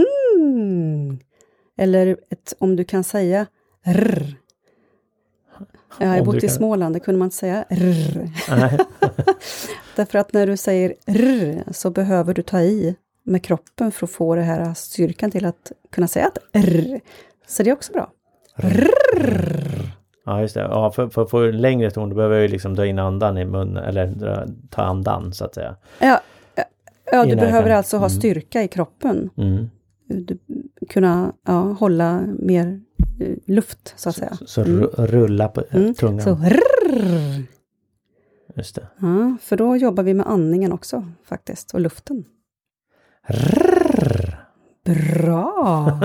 Mm. Eller ett, om du kan säga rr. Jag har Om bott du i kan- Småland, det kunde man inte säga rr. Nej. Därför att när du säger rr så behöver du ta i med kroppen för att få det här styrkan till att kunna säga att rr. Så det är också bra. Rr. Ja, just det. Ja, för, för att få en längre ton då behöver jag ju liksom dra in andan i munnen, eller dra, ta andan så att säga. Ja, ja, ja I du näven. behöver alltså ha Mm. styrka i kroppen. Mm. Du, kunna ja, hålla mer eh, luft så att säga. Så, så ru- rulla på äh, Mm. tungan. Så rrrr. Just det. Ja, för då jobbar vi med andningen också faktiskt, och luften. Rrrr. Bra!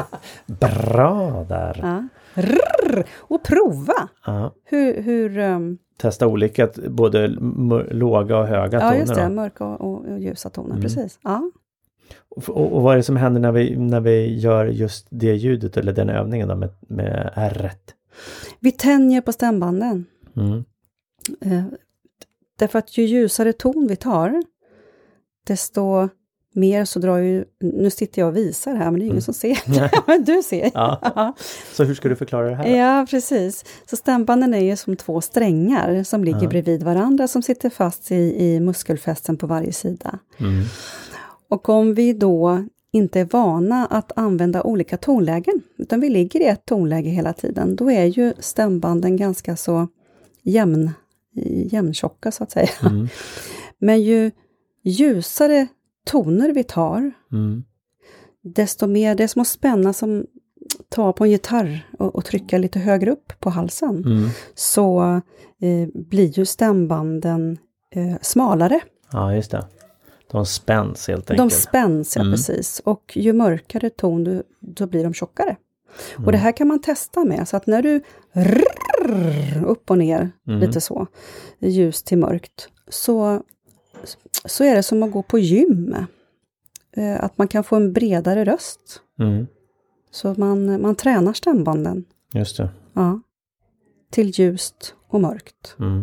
Bra där. Ja. Rrrr. Och prova! Ja. Hur, hur um, Testa olika, både m- låga och höga ja toner. just det, då. mörka och, och, och ljusa toner, Mm. precis. Ja. Och, och, och vad är det som händer när vi, när vi gör just det ljudet eller den övningen då med, med R-et? Vi tänjer på stämbanden. Mm. Eh, därför att ju ljusare ton vi tar, desto mer så drar ju, nu sitter jag och visar här, men det är ingen Mm. som ser. Men du ser. Ja. Så hur ska du förklara det här? Ja, precis. Så stämbanden är ju som två strängar som ligger Ja. bredvid varandra, som sitter fast i, i muskelfästen på varje sida. Mm. Och om vi då inte är vana att använda olika tonlägen, utan vi ligger i ett tonläge hela tiden, då är ju stämbanden ganska så jämn, jämntjocka så att säga. Mm. Men ju ljusare toner vi tar, Mm. desto mer, det är som att spänna som ta på en gitarr och, och trycka lite högre upp på halsen, Mm. så eh, blir ju stämbanden eh, smalare. Ja, just det. De spänns helt De enkelt. spänns, ja, Mm. precis. Och ju mörkare ton, du, då blir de tjockare. Mm. Och det här kan man testa med, så att när du rrrr, upp och ner, Mm. lite så, ljus till mörkt, så, så är det som att gå på gym. Eh, att man kan få en bredare röst. Mm. Så man, man tränar stämbanden. Just det. Ja. Till ljust och mörkt. Mm.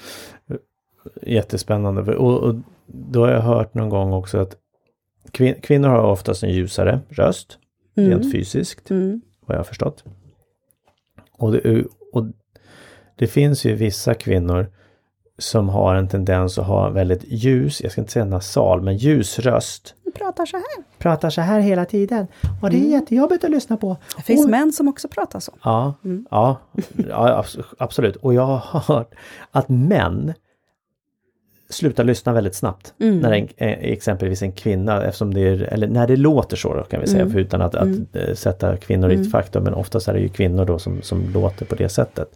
Jättespännande. Och, och då har jag hört någon gång också att kvin- kvinnor har oftast en ljusare röst, Mm. rent fysiskt, Mm. vad jag har förstått. Och det, och det finns ju vissa kvinnor som har en tendens att ha väldigt ljus, jag ska inte säga nasal, men ljus röst. Du pratar så här. Pratar så här hela tiden. Och det är Mm. jättejobbigt att lyssna på. Det finns och, män som också pratar så. Ja, Mm. ja, ja, abs- absolut. Och jag har hört att män slutar lyssna väldigt snabbt. Mm. När en, eh, exempelvis en kvinna, eftersom det är, eller när det låter så då, kan vi säga, Mm. för utan att, Mm. att eh, sätta kvinnor i Mm. ett faktum, men oftast är det ju kvinnor då som, som låter på det sättet.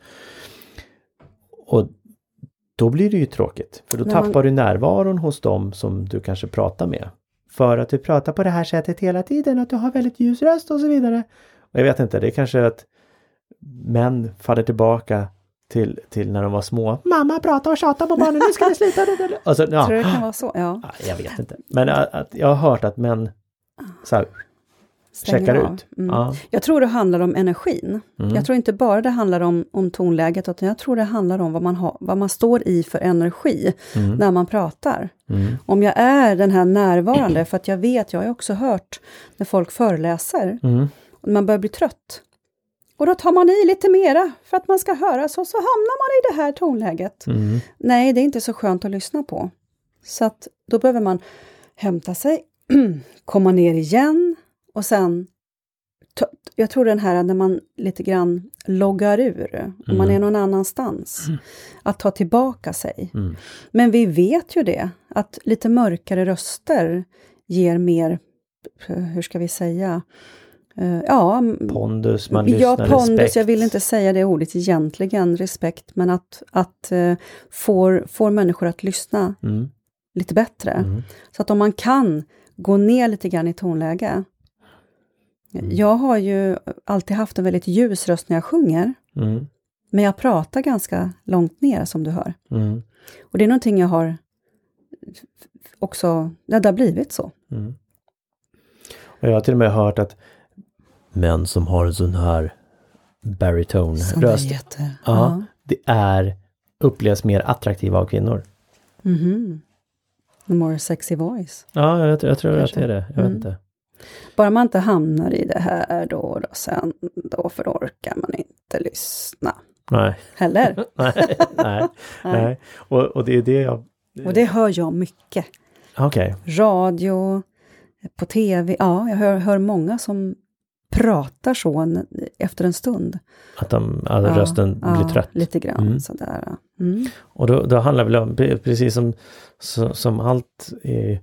Och då blir det ju tråkigt, för då När man- tappar du närvaron hos dem som du kanske pratar med. För att du pratar på det här sättet hela tiden, att du har väldigt ljus röst och så vidare. Och jag vet inte, det är kanske att män faller tillbaka till, till när de var små. Mamma pratar och tjatar på barnen, nu ska vi sluta. Alltså, ja. Tror du det kan vara så? Ja. Jag vet inte. Men att, att jag har hört att män så här, checkar ut. Mm. Ja. Jag tror det handlar om energin. Mm. Jag tror inte bara det handlar om, om tonläget, utan jag tror det handlar om vad man, har, vad man står i för energi Mm. när man pratar. Mm. Om jag är den här närvarande, för att jag vet, jag har också hört när folk föreläser, Mm. och man börjar bli trött. Och då tar man i lite mera för att man ska höra, så, så hamnar man i det här tonläget. Mm. Nej, det är inte så skönt att lyssna på. Så att då behöver man hämta sig, komma ner igen och sen, ta, jag tror den här när man lite grann loggar ur, om man är någon annanstans, Mm. att ta tillbaka sig. Mm. Men vi vet ju det, att lite mörkare röster ger mer, hur ska vi säga, uh, ja, Pondus, man lyssnar, ja, pondus, respekt. jag vill inte säga det ordet egentligen, respekt, men att, att uh, får, får människor att lyssna Mm. lite bättre. Mm. Så att om man kan gå ner lite grann i tonläge. Mm. Jag har ju alltid haft en väldigt ljus röst när jag sjunger, Mm. men jag pratar ganska långt ner som du hör. Mm. Och det är någonting jag har också, ja, det har blivit så. Mm. Och jag har till och med hört att män som har en sån här baritone-röst, jätte, ja, det är, upplevs mer attraktiva av kvinnor. Mhm. The more sexy voice. Ja, jag, jag tror Kanske. att det är det. Jag Mm. vet inte. Bara man inte hamnar i det här då, då sen, då för orkar man inte lyssna. Nej. Heller. nej, nej, nej. Och, och det är det jag... Och det hör jag mycket. Okej. Radio, på tv. Ja, jag hör, hör många som pratar så en, efter en stund. Att de, att Ja, rösten ja, blir trött. Lite grann Mm. sådär. Mm. Och då, då handlar det väl om, precis som, så, som allt i,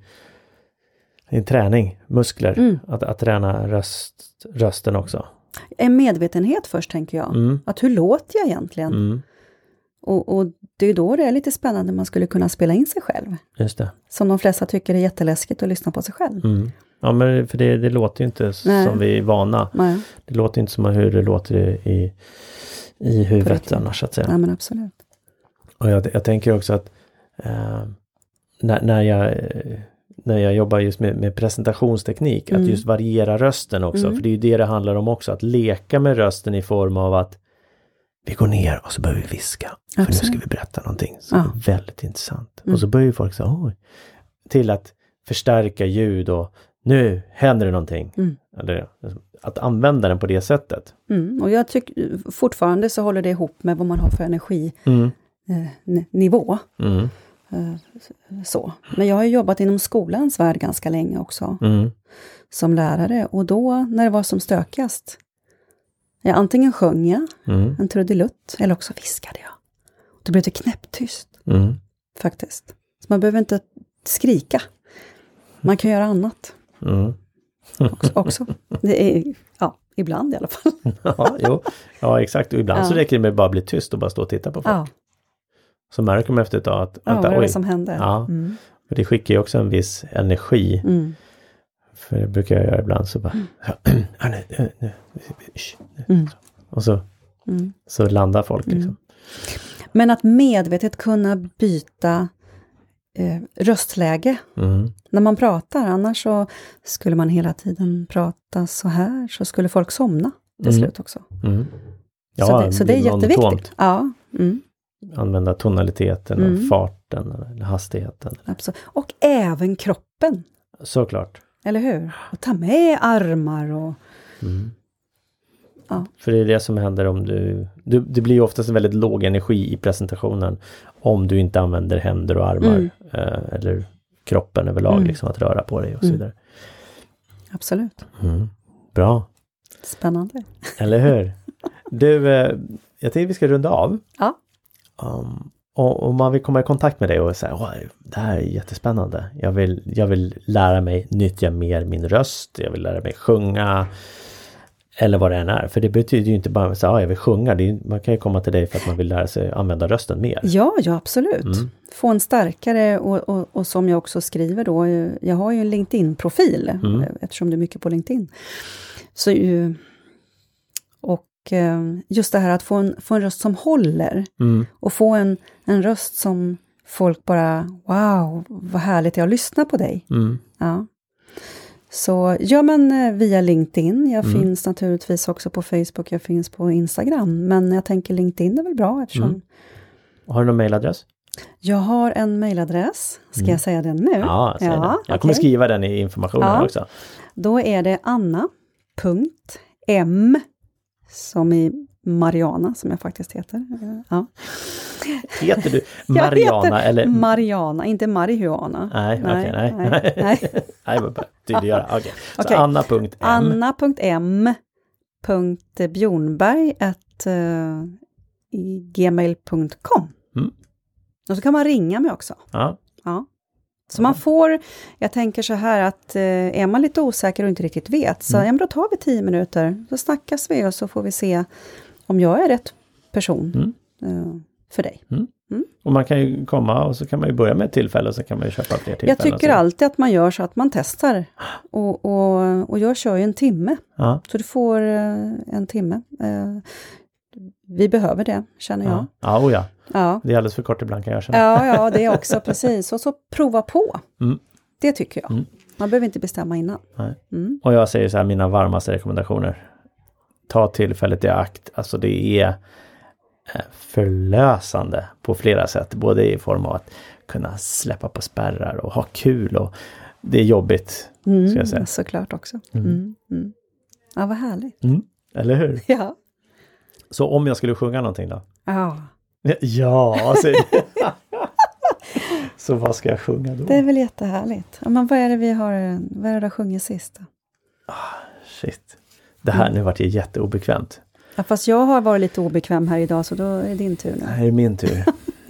i träning, muskler, Mm. att, att träna röst, rösten också. En medvetenhet först, tänker jag. Mm. Att hur låter jag egentligen? Mm. Och, och det är då det är lite spännande, man skulle kunna spela in sig själv. Just det. Som de flesta tycker är jätteläskigt att lyssna på sig själv. Mm. Ja, men för det, det låter ju inte Nej. som vi är vana. Nej, Det låter inte som hur det låter i, i huvudet riktigt. annars, så att säga. nej men absolut. Och jag, jag tänker också att eh, när, när, jag, eh, när jag jobbar just med, med presentationsteknik, Mm. att just variera rösten också. Mm. För det är ju det det handlar om också. Att leka med rösten i form av att vi går ner och så börjar vi viska. För Absolut. nu ska vi berätta någonting som Ja. är väldigt intressant. Mm. Och så börjar ju folk säga, oj. Till att förstärka ljud och nu händer det någonting. Mm. Eller att använda den på det sättet. Mm. Och jag tycker fortfarande så håller det ihop med vad man har för energinivå. Mm. Mm. Eh, så. Men jag har ju jobbat inom skolans värld ganska länge också. Mm. Som lärare. Och då, när det var som stökigast. Jag antingen sjöng jag Mm. en trudelutt, eller också viskade jag. Då blev det knäpptyst, Mm. faktiskt. Så man behöver inte skrika. Man kan göra annat Mm. också. också. Det är, ja, ibland i alla fall. Ja, jo. Ja, exakt. Och ibland Ja. så räcker det med att bara bli tyst och bara stå och titta på folk. Ja, Så märker man efter ett tag att, ja vänta, vad är oj. det som händer? Ja. Mm. För det skickar ju också en viss energi. Mm. För det brukar jag göra ibland så bara, ja, nu, nu, nu, ish, nu. Mm. Och så, Mm. så landar folk liksom. Men att medvetet kunna byta eh, röstläge Mm. när man pratar. Annars så skulle man hela tiden prata så här, så skulle folk somna till Mm. slut också. Mm. Ja, så det, så det är blir jätteviktigt. monotont. Ja, mm, Använda tonaliteten Mm. och farten eller hastigheten. absolut. Och även kroppen, Såklart. eller hur? Och ta med armar och... Mm. Ja. För det är det som händer om du, du... Det blir ju oftast en väldigt låg energi i presentationen om du inte använder händer och armar. Mm. Eh, eller kroppen överlag, Mm. liksom att röra på dig och så Mm. vidare. Absolut. Mm. Bra. Spännande. Eller hur? Du, eh, jag tänkte vi ska runda av. Ja. Um, och om man vill komma i kontakt med dig och säga, åh, det här är jättespännande. Jag vill, jag vill lära mig nyttja mer min röst. Jag vill lära mig sjunga. Eller vad det än är. För det betyder ju inte bara att ah, jag vill sjunga. Det är, man kan ju komma till dig för att man vill lära sig använda rösten mer. Ja, ja absolut. Mm. Få en starkare och, och, och som jag också skriver då, jag har ju en LinkedIn-profil Mm. eftersom det är mycket på LinkedIn. Så ju, och eh, just det här att få en, få en röst som håller. Mm. Och få en, en röst som folk bara, wow, vad härligt jag lyssnar på dig. Mm. Ja. Så ja, men eh, via LinkedIn. Jag Mm. finns naturligtvis också på Facebook. Jag finns på Instagram. Men jag tänker LinkedIn är väl bra eftersom... Mm. Har du någon mailadress? Jag har en mailadress. Ska Mm. jag säga den nu? Ja, säg ja det. Jag okej. kommer skriva den i informationen Ja. också. Då är det anna punkt m som i Mariana, som jag faktiskt heter. Ja. Heter du Jag Mariana heter eller? Mariana, inte Marihuana. Nej, okej, nej. nej, Nej, nej. nej bara tydliggöra. Okej. Så Okej. Anna punkt M. anna punkt m punkt bjornberg at uh, gmail punkt com. Mm. Och så kan man ringa mig också. Ja. Ja. Så man får, jag tänker så här att eh, är man lite osäker och inte riktigt vet, så Mm. ja, men då tar vi tio minuter, så snackas vi och så får vi se om jag är rätt person Mm. eh, för dig. Och man kan ju komma och så kan man ju börja med ett tillfälle och så kan man ju köpa fler tillfällen. Jag tycker så. alltid att man gör så att man testar. Och, och, och jag kör ju en timme. Ja. Så du får eh, en timme. Eh, vi behöver det, känner jag. Ja. Ja, oh ja. Ja. Det är alldeles för kort ibland kan jag känna. Ja, ja, det är också precis. Och så prova på. Mm. Det tycker jag. Mm. Man behöver inte bestämma innan. Nej. Mm. Och jag säger så här, mina varmaste rekommendationer. Ta tillfället i akt. Alltså det är eh, förlösande på flera sätt. Både i form av att kunna släppa på spärrar och ha kul. Och det är jobbigt, Mm, ska jag säga. såklart också. Mm. Mm. Mm. Ja, vad härligt. Mm. Eller hur? Ja. Så om jag skulle sjunga någonting då? Ja, Ja, säg det. Så vad ska jag sjunga då? det är väl jättehärligt. Ja, men vad är det vi har, vad är det du har sjungit sist då? Shit. Det här, nu vart det jätteobekvämt. Ja, fast jag har varit lite obekväm här idag, så då är det din tur nu. Det här är min tur.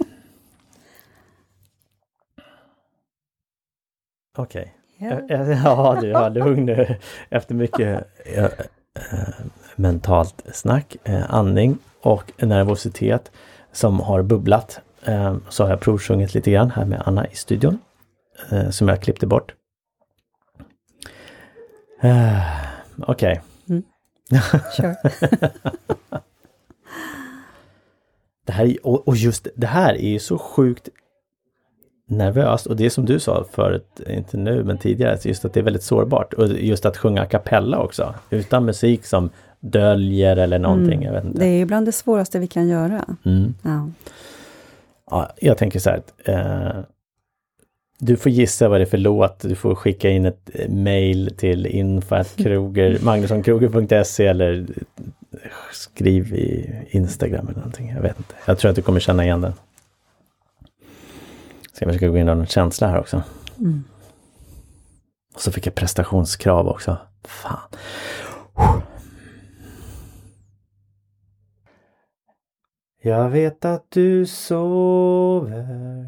Okej. Ja. Ja, du har lugn nu. Efter mycket äh, äh, mentalt snack, äh, andning och nervositet som har bubblat. Äh, så har jag provsjungit lite grann här med Anna i studion. Äh, som jag klippte bort. Äh, Okej. Mm. Kör. Det här, är- och och just det här är ju så sjukt nervöst. Och det är som du sa förut, inte nu men tidigare, just att det är väldigt sårbart. Och just att sjunga a cappella också. Utan musik som döljer eller någonting, Mm. jag vet inte. Det är ju bland det svåraste vi kan göra. Mm. Ja. Ja, jag tänker så här, att, eh, du får gissa vad det är för låt. Du får skicka in ett eh, mail till info at kroger, magnussonKroger punkt se eller skriv i Instagram eller någonting. Jag vet inte. Jag tror att du kommer känna igen den. Ska jag försöka gå in och ha någon känsla här också. Mm. Och så fick jag prestationskrav också. Fan. Jag vet att du sover.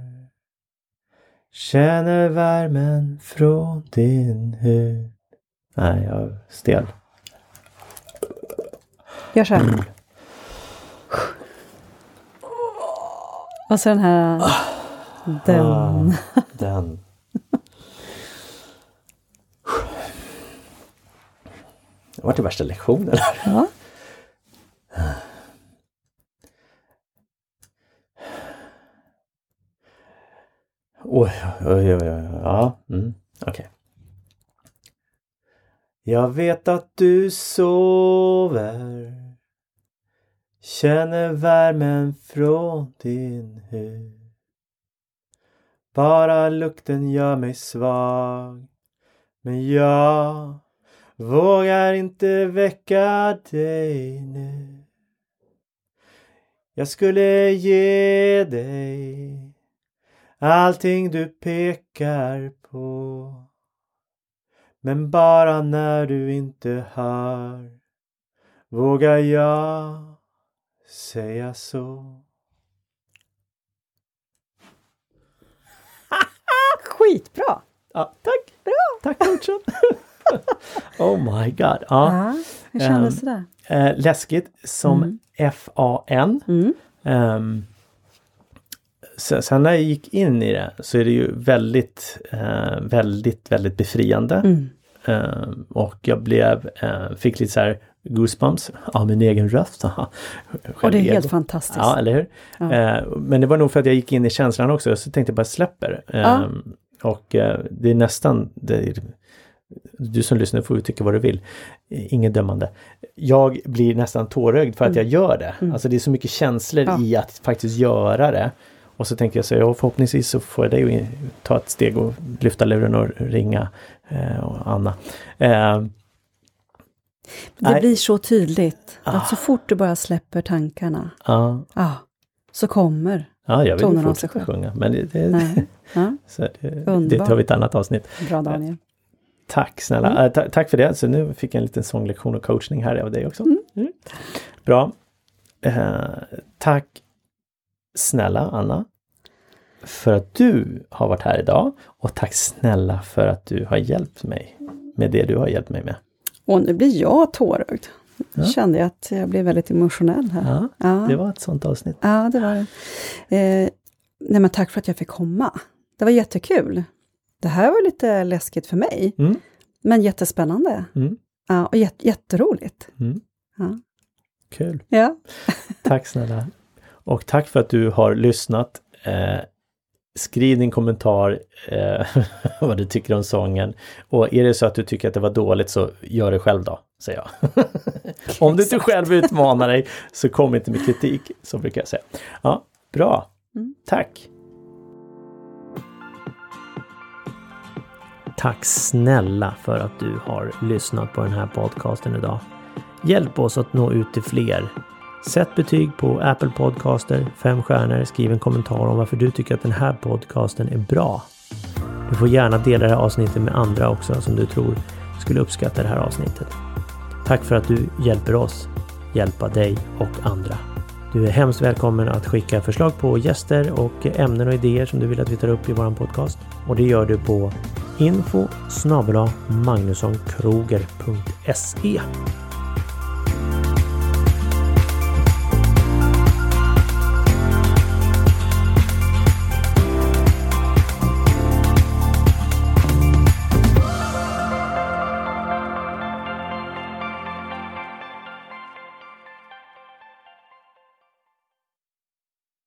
Känner värmen från din hud. Nej, jag är stel. Gör så här. Och så den här... Den. Ah, den. Det var det värsta lektionen. Ja. Oj, oj, oj, oj. Ja, mm. Okej. Jag vet att du sover. Känner värmen från din hud. Bara lukten gör mig svag. Men jag vågar inte väcka dig nu. Jag skulle ge dig allting du pekar på. Men bara när du inte hör vågar jag säga så. Skitbra! Ja, tack! Bra! Tack coachen! Oh my god. Ja. Ja, hur kändes Ehm, det där? Eh, läskigt som Mm. F A N. Mm. Um, sen, sen när jag gick in i det så är det ju väldigt, eh, väldigt, väldigt befriande. Mm. Eh, och jag blev, eh, fick lite så här goosebumps av min egen röst. Och det är helt fantastiskt. Ja, eller hur? Ja. Eh, men det var nog för att jag gick in i känslan också. Så tänkte jag bara släpper. Eh, Ja. Och eh, det är nästan... Det är, du som lyssnar får ju tycka vad du vill. Inget dömande. Jag blir nästan tårögd för att jag gör det. Mm. Alltså det är så mycket känslor Ja. i att faktiskt göra det. Och så tänkte jag så ja, förhoppningsvis så får jag dig att ta ett steg och lyfta luren och ringa eh, och Anna. Eh, Det nej. blir så tydligt Ah. att så fort du bara släpper tankarna, ja, ja, så kommer. ja, jag vill Tonen ju av sig fortsätta själv. sjunga. Men det, det, Nej. Ja, så det, det Underbart. tar vi ett annat avsnitt. bra Daniel. Tack snälla. Mm. Eh, ta- tack för det. Så nu fick jag en liten sånglektion och coachning här av dig också. Mm. Mm. Bra. Eh, tack snälla Anna för att du har varit här idag. Och tack snälla för att du har hjälpt mig med det du har hjälpt mig med. Och nu blir jag tårögd. Ja. Kände jag att jag blev väldigt emotionell här. Ja, Ja, det var ett sånt avsnitt. ja, det var det. Eh, nej, men tack för att jag fick komma. Det var jättekul. Det här var lite läskigt för mig. Mm. Men jättespännande. Mm. Ja, och jät- jätteroligt. Mm. Ja. Kul. Ja. Tack snälla. Och tack för att du har lyssnat. Eh, skriv din kommentar eh, vad du tycker om sången. Och är det så att du tycker att det var dåligt så gör det själv då, säger jag. Om du inte själv utmanar dig så kom inte med kritik, så brukar jag säga. Ja, bra. Mm. Tack. Tack snälla för att du har lyssnat på den här podcasten idag. Hjälp oss att nå ut till fler. Sätt betyg på Apple Podcaster, fem stjärnor, skriv en kommentar om varför du tycker att den här podcasten är bra. Du får gärna dela det här avsnittet med andra också som du tror skulle uppskatta det här avsnittet. Tack för att du hjälper oss hjälpa dig och andra. Du är hemskt välkommen att skicka förslag på gäster och ämnen och idéer som du vill att vi tar upp i vår podcast. Och det gör du på info snabel-a magnussonkroger punkt se.